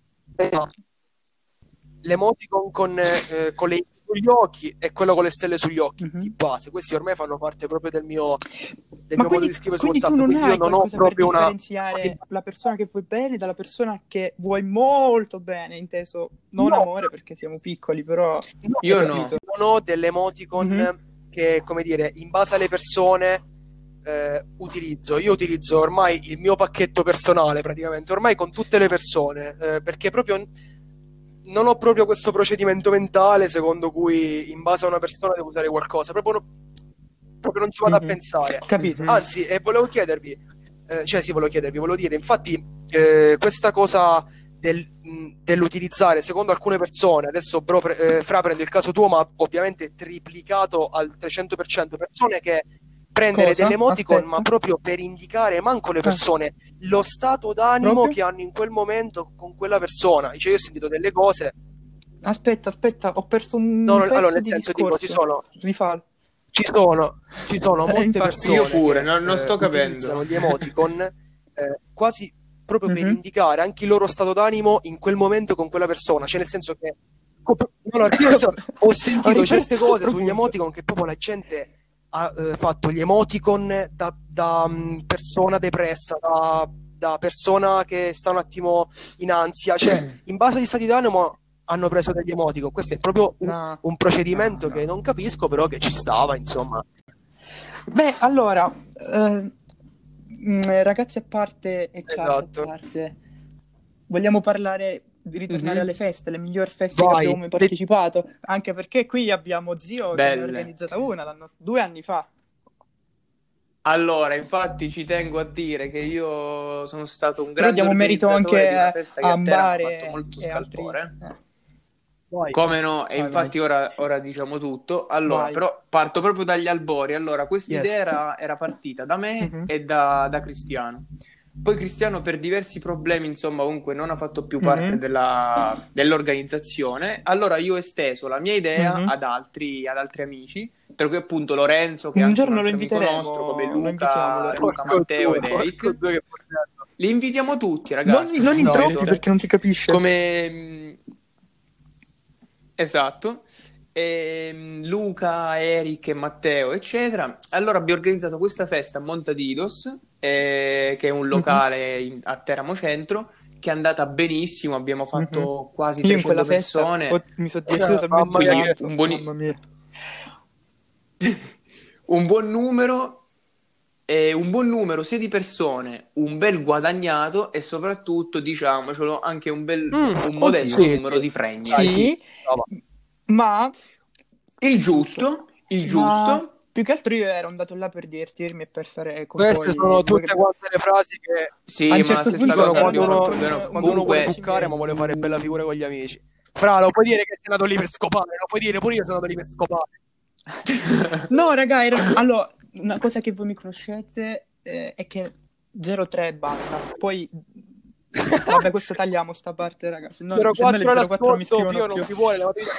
l'emoticon con le sugli occhi e quello con le stelle sugli occhi Mhm. di base. Questi ormai fanno parte proprio del mio Ma modo di scrivere su quindi WhatsApp. tu non Quindi hai io non ho qualcosa per proprio una differenziare la persona che vuoi bene dalla persona che vuoi molto bene, inteso non No. amore perché siamo piccoli, però Io hai no. capito. non ho delle emoticon Mhm. che, come dire, in base alle persone utilizzo. Io utilizzo ormai il mio pacchetto personale praticamente, ormai con tutte le persone, perché proprio non ho proprio questo procedimento mentale secondo cui in base a una persona devo usare qualcosa, proprio non ci vado a Mhm. pensare. Capito? Anzi, volevo chiedervi, volevo dire, infatti, questa cosa dell'utilizzare, secondo alcune persone, adesso bro, Fra, prendo il caso tuo, ma ovviamente triplicato al 300%, persone che prendere Cosa? delle emoticon, Aspetta. ma proprio per indicare manco le persone, lo stato d'animo Proprio? che hanno in quel momento con quella persona. Cioè, io ho sentito delle cose. Aspetta, ho perso un No, pezzo allora, nel di senso, discorso. Rifallo. Ci sono molte Infatti, persone io pure, che non sto capendo. utilizzano gli emoticon quasi proprio per Mhm. indicare anche il loro stato d'animo in quel momento con quella persona. Cioè, nel senso che no, io ho sentito riperso certe cose l'altro sugli punto. emoticon che proprio la gente ha fatto gli emoticon da persona depressa, da persona che sta un attimo in ansia. Cioè, in base agli stati d'animo hanno preso degli emoticon. Questo è proprio No. un procedimento No. che non capisco, però che ci stava, insomma. Beh, allora, ragazzi a parte e chat Esatto. a parte, vogliamo parlare di ritornare Mhm. alle feste, le migliori feste che Vai. abbiamo mai partecipato, anche perché qui abbiamo zio che ne ha Belle. organizzata una 2 anni fa. Allora, infatti ci tengo a dire che io sono stato un Però grande diamo merito organizzatore anche di una festa che a a Teramo ha Ambare fatto molto e altri. scalpore. Vai. Come no? E Vai, infatti ora diciamo tutto. Allora, Vai. però parto proprio dagli albori. Allora, questa Yes. idea era partita da me Mhm. e da Cristiano. Poi Cristiano per diversi problemi, insomma, comunque non ha fatto più parte Mhm. dell'organizzazione. Allora io ho esteso la mia idea Mhm. ad altri amici, per cui appunto Lorenzo, che è Un anche un giorno lo altro amico inviteremo, nostro, come lo invitiamo, Luca, Matteo ed Eric. Li invitiamo tutti, ragazzi. Non in No, troppi ok. perché non si capisce. Come esatto. Luca, Eric e Matteo, eccetera. Allora abbiamo organizzato questa festa a Montadidos, che è un locale a Teramo Centro, che è andata benissimo. Abbiamo fatto quasi Io in 300 quella festa persone. mi sono divertito Mamma talmente mia, tanto. un Mamma mia. un buon numero sia di persone, un bel guadagnato e soprattutto, diciamocelo, anche un modesto sì, numero sì. di fregni. Sì, Brava. ma Il giusto. Ma più che altro io ero andato là per divertirmi e per stare con Queste voi. sono tutte quante le frasi che Sì, A un ma la certo stessa punto cosa quando l'abbiamo uno, fatto bene. quando uno vuole Comunque, bucare ma vuole fare bella figura con gli amici. Fra, lo puoi dire che sei andato lì per scopare, lo puoi dire pure io sono andato lì per scopare. No, raga, allora, una cosa che voi mi conoscete è che 03 e basta. Poi, vabbè, questo tagliamo sta parte, ragazzi. No, se no 04 le 04 non mi all'ascolto, scrivono Pio non più. ti vuole, la verità.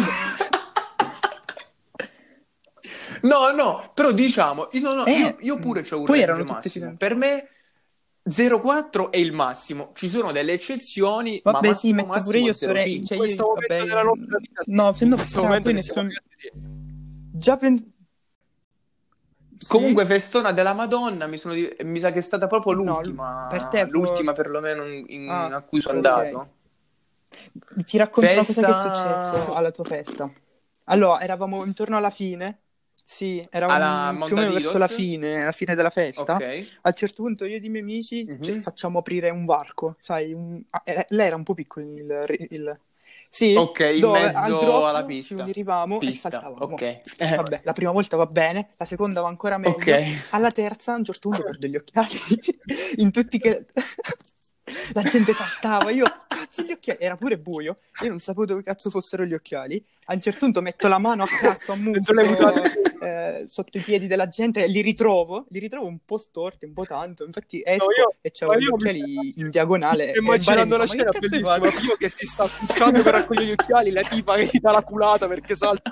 No, però diciamo, io pure c'ho un poi range erano tutti massimo. silenzi. Per me 0,4 è il massimo. Ci sono delle eccezioni, ma Vabbè, sì, massimo metto pure io 0,5. cioè In questo io, momento vabbè, della nostra vita, sì. no, se In no, questo fra, momento poi che siamo nessuno ragazzi, sì. già Comunque, festona della Madonna, mi sa che è stata proprio No, l'ultima, per te l'ultima perlomeno a cui sono ok. andato. Ti racconto una Festa- cosa che è successo alla tua festa. Allora, eravamo intorno alla fine. Sì, Alla eravamo più o meno verso Montadidos? la fine della festa. Ok. A un certo punto io e i miei amici Mhm. facciamo aprire un varco, sai, lei era un po' piccolo Sì, Ok, in dove mezzo al drop alla pista. ci univamo e Pista, saltavamo. ok. Vabbè, la prima volta va bene, la seconda va ancora meglio. Ok. Alla terza, a un certo punto perdo gli occhiali in tutti che... La gente saltava, io, cazzo, gli occhiali, era pure buio, io non sapevo dove cazzo fossero gli occhiali. A un certo punto metto la mano a cazzo, a muffo, sotto i piedi della gente e li ritrovo un po' storti, un po' tanto. Infatti esco e c'avevo gli occhiali in diagonale. Immaginando la scena bellissima, Pio che si sta pucciando per raccogliere gli occhiali, la tipa che gli dà la culata perché salta.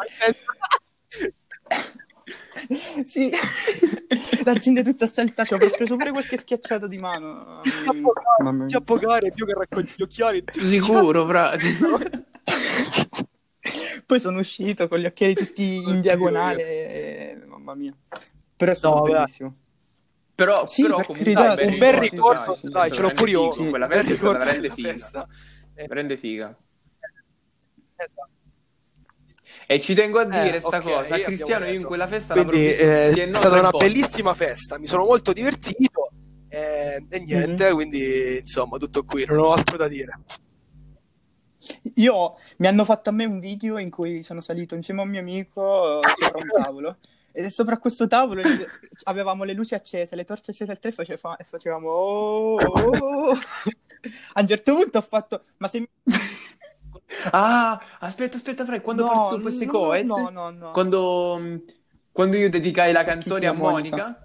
Sì, la gente tutta saltata, ho preso pure qualche schiacciata di mano. Ti appogare, Pio che raccoglie gli occhiali. Sicuro, frate. Poi sono uscito con gli occhiali tutti in diagonale, mamma mia. Però è stato bellissimo. Però, sì, però comunque dai, un bel ricordo, sì, dai, ce l'ho pure io. Quella festa è stata veramente figa. Veramente figa. Esatto. E ci tengo a dire sta cosa, a Cristiano, io in quella festa quindi, è stata una bellissima festa, mi sono molto divertito e niente, quindi insomma tutto qui, non ho altro da dire. Mi hanno fatto a me un video in cui sono salito insieme a un mio amico sopra un tavolo e sopra questo tavolo avevamo le luci accese, le torce accese al telefono e facevamo oh. A un certo punto ho fatto ma se aspetta Fra, quando partono queste cose? No. Quando io dedicai la canzone a Monica.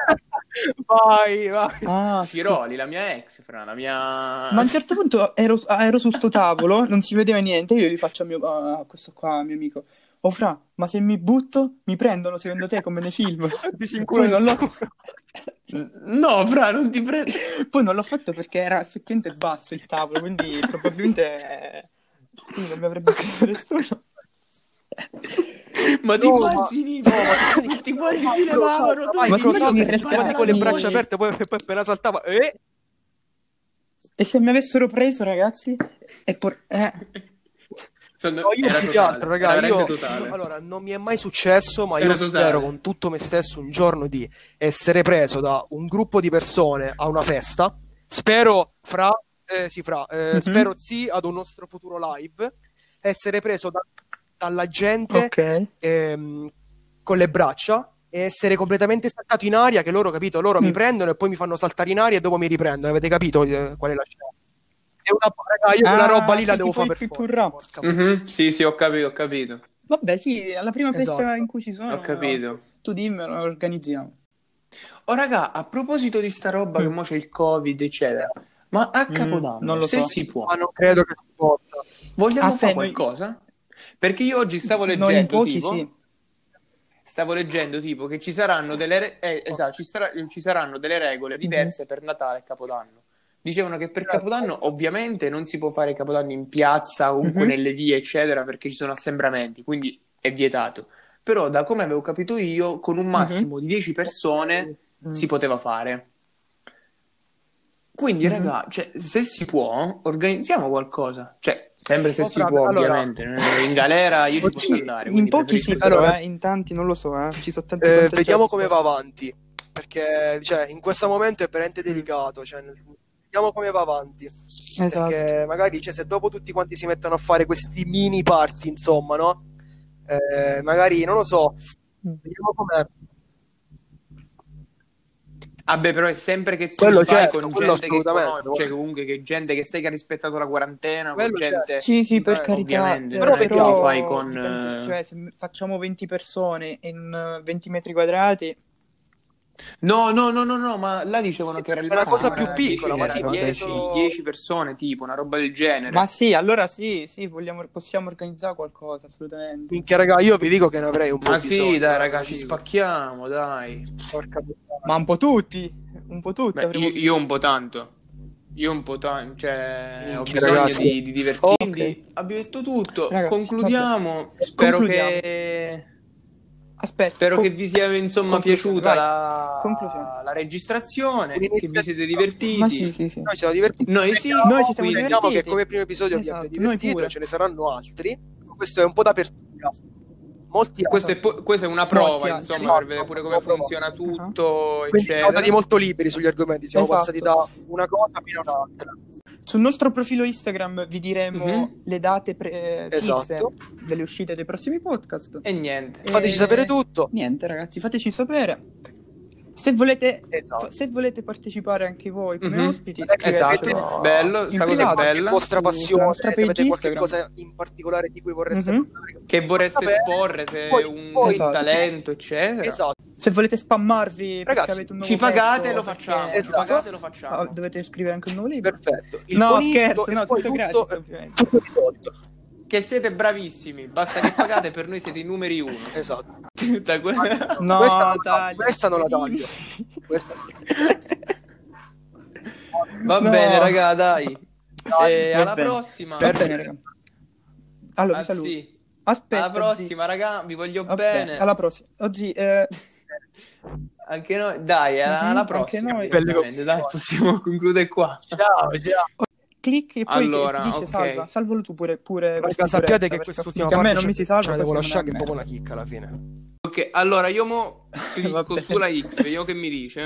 Vai. Ciroli, la mia ex, Fra, la mia... Ma a un certo punto ero su sto tavolo, non si vedeva niente, io gli faccio a questo qua, mio amico, oh Fra, ma se mi butto, mi prendono secondo te come nei film? Di sicuro non l'ho... No, Fra, non ti prendo. Poi non l'ho fatto perché era effettivamente basso il tavolo, quindi probabilmente sì, non mi avrebbe preso nessuno. Ma ti immagini? Tutti quanti si levavano, con le braccia aperte, poi appena saltava e se mi avessero preso, ragazzi? Io più che altro, raga, allora non mi è mai successo, ma io spero con tutto me stesso un giorno di essere preso da un gruppo di persone a una festa. Spero spero ad un nostro futuro live, essere preso dalla gente con le braccia e essere completamente saltato in aria, che loro, capito, loro mi prendono e poi mi fanno saltare in aria e dopo mi riprendono. Avete capito qual è la scena? Raga, io quella roba lì la devo fare per forza. Sì, ho capito. Vabbè, sì, alla prima festa in cui ci sono, ho capito. Tu dimmelo, lo organizziamo. Oh raga, a proposito di sta roba che mo c'è il Covid eccetera, ma a Capodanno non lo so. si può, ma non credo che si possa. Vogliamo fare qualcosa? Perché io oggi stavo leggendo stavo leggendo tipo che ci saranno delle ci saranno delle regole diverse per Natale e Capodanno. Dicevano che per Capodanno ovviamente non si può fare Capodanno in piazza, comunque nelle vie eccetera, perché ci sono assembramenti, quindi è vietato. Però da come avevo capito io, con un massimo di 10 persone si poteva fare. Quindi raga, cioè, se si può, organizziamo qualcosa. Cioè, sempre se si può, ovviamente. In galera io ci posso andare. In pochi sì, però in tanti non lo so. Ci sono tanti vediamo come va avanti. Perché cioè, in questo momento è veramente delicato. Cioè, vediamo come va avanti. Esatto. Perché magari se dopo tutti quanti si mettono a fare questi mini party, insomma, no? Magari, non lo so. Vediamo com'è. Vabbè, però è sempre che tu quello fai con gente che conosci, cioè comunque che gente che sai che ha rispettato la quarantena, con gente... Sì, per carità. Ovviamente, però fai con... Cioè, se facciamo 20 persone in 20 metri quadrati... No, ma là dicevano che era una cosa più piccola, ma sì, 10 persone, tipo, una roba del genere. Ma sì, allora sì, possiamo organizzare qualcosa, assolutamente. Minchia, raga, io vi dico che ne avrei un po' Ma bisogno. Sì, dai, raga, ci spacchiamo, dai. Porca puttana. Ma un po' tutti. Beh, io un po' tanto. Cioè, ho bisogno ragazzi. di divertirmi. Abbiamo detto tutto. Ragazzi, concludiamo. Spero che... Aspetta, spero che vi sia insomma piaciuta la registrazione, che vi siete divertiti. Ma sì. Noi ci siamo divertiti. Noi ci siamo divertiti. Vediamo che come primo episodio vi abbia divertito, ce ne saranno altri. Questo è un po' d'apertura. Questa è una prova, insomma, per vedere pure come funziona tutto, quindi eccetera. siamo stati molto liberi sugli argomenti, siamo passati da una cosa fino a un'altra. Sul nostro profilo Instagram vi diremo le date fisse delle uscite dei prossimi podcast. E niente. Fateci sapere tutto. Niente, ragazzi, fateci sapere. Se volete, Esatto. se volete partecipare anche voi come Mhm. ospiti, Esatto, scrivetecelo bello, sta cosa è in privato. bella. La vostra Sulla passione, nostra se avete page qualche Instagram. cosa in particolare di cui vorreste Mhm. parlare, Che vorreste sapere. esporre, se Poi- un poi- Esatto. talento, eccetera. Esatto. Se volete spammarvi perché Ragazzi, avete un nuovo Ci pagate, pezzo, lo facciamo. perché- Ci pagate, lo facciamo. Dovete scrivere anche un nuovo libro. Perfetto. Il No, bonifico scherzo, e no, poi tutto gratis, ovviamente. tutto risolto. Che siete bravissimi, basta che pagate, per noi siete i numeri uno. Esatto. Tutta que- No, Questa non la taglio. Questa- Va No. bene, raga, dai. Va Alla bene. prossima. Va bene, raga. Allora, vi Ah, saluto. sì. Aspetta, Alla prossima, raga, vi voglio Vabbè, bene. alla prossima. Oggi Anche noi, dai, alla anche prossima. noi. Direttamente, dai, possiamo concludere qua. Ciao, ciao. clicchi e poi Allora, ti dice ok. salva. Salvalo tu pure per Raga, sappiate sicurezza, che perché quest'ultima affinché a me parte non mi si salva, ce la devo così lasciare, che è non è proprio una chicca alla fine. Ok, allora io mo clicco Vabbè. sulla X, vediamo che mi dice.